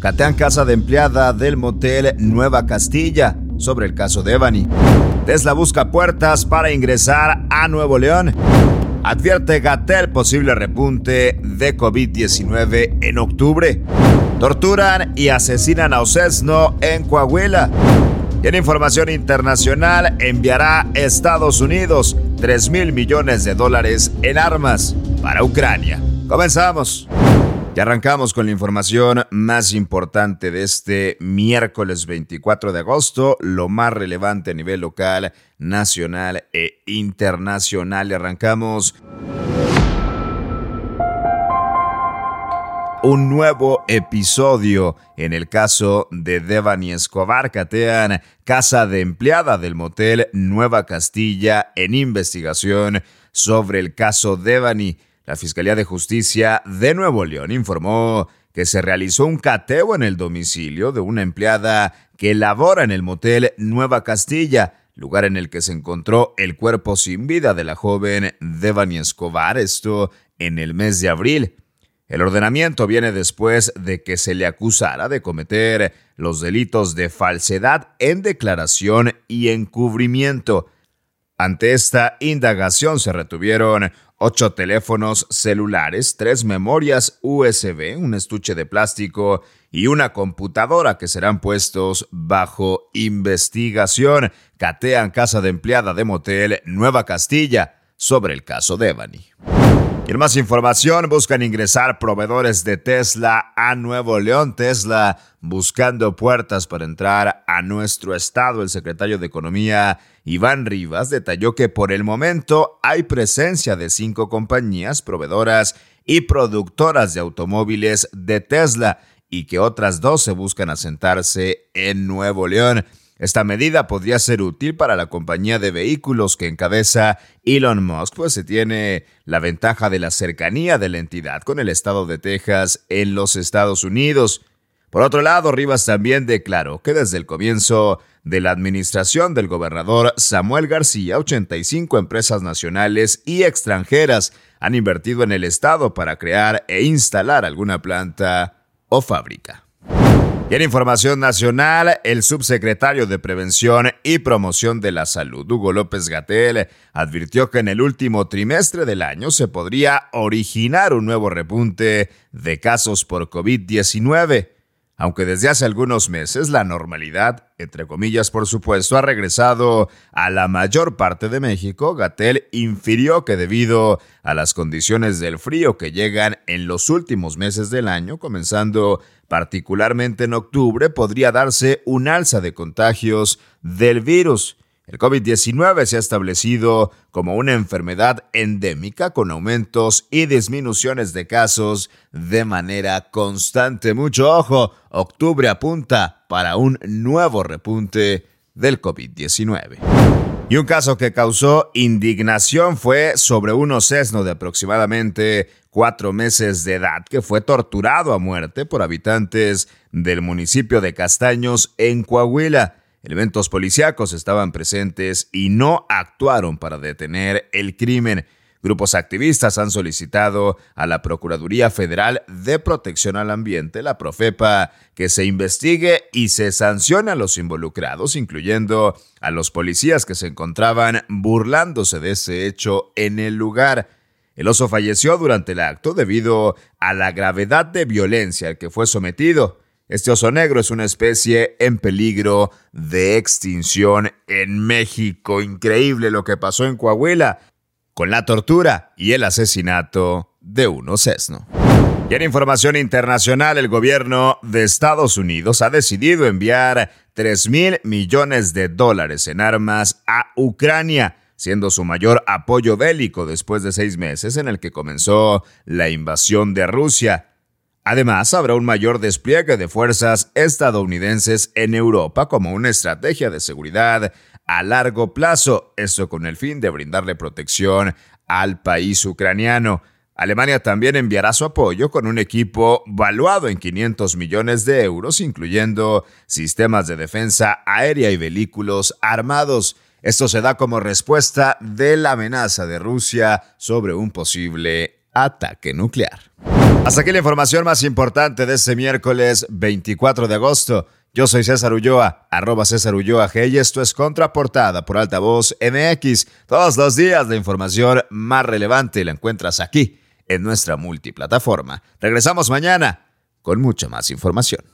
Catean casa de empleada del motel Nueva Castilla sobre el caso Devani. Tesla busca puertas para ingresar a Nuevo León. Advierte Gatell posible repunte de COVID-19 en octubre. Torturan y asesinan a Ocesno en Coahuila. Y en información internacional, enviará Estados Unidos $3,000 millones en armas para Ucrania. Comenzamos. Y arrancamos con la información más importante de este miércoles 24 de agosto, lo más relevante a nivel local, nacional e internacional. Y arrancamos un nuevo episodio en el caso de Devani Escobar. Catean casa de empleada del motel Nueva Castilla en investigación sobre el caso Devani. La Fiscalía de Justicia de Nuevo León informó que se realizó un cateo en el domicilio de una empleada que labora en el motel Nueva Castilla, lugar en el que se encontró el cuerpo sin vida de la joven Devani Escobar, esto en el mes de abril. El ordenamiento viene después de que se le acusara de cometer los delitos de falsedad en declaración y encubrimiento. Ante esta indagación se retuvieron 8 teléfonos celulares, 3 memorias USB, un estuche de plástico y una computadora que serán puestos bajo investigación. Catean casa de empleada de motel Nueva Castilla sobre el caso Devani. Y en más información, buscan ingresar proveedores de Tesla a Nuevo León. Tesla buscando puertas para entrar a nuestro estado. El secretario de Economía, Iván Rivas, detalló que por el momento hay presencia de 5 compañías proveedoras y productoras de automóviles de Tesla y que otras 12 buscan asentarse en Nuevo León. Esta medida podría ser útil para la compañía de vehículos que encabeza Elon Musk, pues se tiene la ventaja de la cercanía de la entidad con el estado de Texas en los Estados Unidos. Por otro lado, Rivas también declaró que desde el comienzo de la administración del gobernador Samuel García, 85 empresas nacionales y extranjeras han invertido en el estado para crear e instalar alguna planta o fábrica. Y en información nacional, el subsecretario de Prevención y Promoción de la Salud, Hugo López-Gatell, advirtió que en el último trimestre del año se podría originar un nuevo repunte de casos por COVID-19. Aunque desde hace algunos meses la normalidad, entre comillas por supuesto, ha regresado a la mayor parte de México, Gatell infirió que debido a las condiciones del frío que llegan en los últimos meses del año, comenzando particularmente en octubre, podría darse un alza de contagios del virus. El COVID-19 se ha establecido como una enfermedad endémica con aumentos y disminuciones de casos de manera constante. Mucho ojo, octubre apunta para un nuevo repunte del COVID-19. Y un caso que causó indignación fue sobre un Ocesno de aproximadamente 4 meses de edad que fue torturado a muerte por habitantes del municipio de Castaños en Coahuila. Elementos policíacos estaban presentes y no actuaron para detener el crimen. Grupos activistas han solicitado a la Procuraduría Federal de Protección al Ambiente, la Profepa, que se investigue y se sancione a los involucrados, incluyendo a los policías que se encontraban burlándose de ese hecho en el lugar. El oso falleció durante el acto debido a la gravedad de violencia al que fue sometido. Este oso negro es una especie en peligro de extinción en México. Increíble lo que pasó en Coahuila con la tortura y el asesinato de un Ocesno. Y en información internacional, el gobierno de Estados Unidos ha decidido enviar $3,000 millones en armas a Ucrania, siendo su mayor apoyo bélico después de 6 meses en el que comenzó la invasión de Rusia. Además, habrá un mayor despliegue de fuerzas estadounidenses en Europa como una estrategia de seguridad a largo plazo, esto con el fin de brindarle protección al país ucraniano. Alemania también enviará su apoyo con un equipo valuado en €500 millones, incluyendo sistemas de defensa aérea y vehículos armados. Esto se da como respuesta de la amenaza de Rusia sobre un posible ataque nuclear. Hasta aquí la información más importante de este miércoles 24 de agosto. Yo soy César Ulloa, @César Ulloa G, y esto es Contraportada por Altavoz MX. Todos los días la información más relevante la encuentras aquí, en nuestra multiplataforma. Regresamos mañana con mucha más información.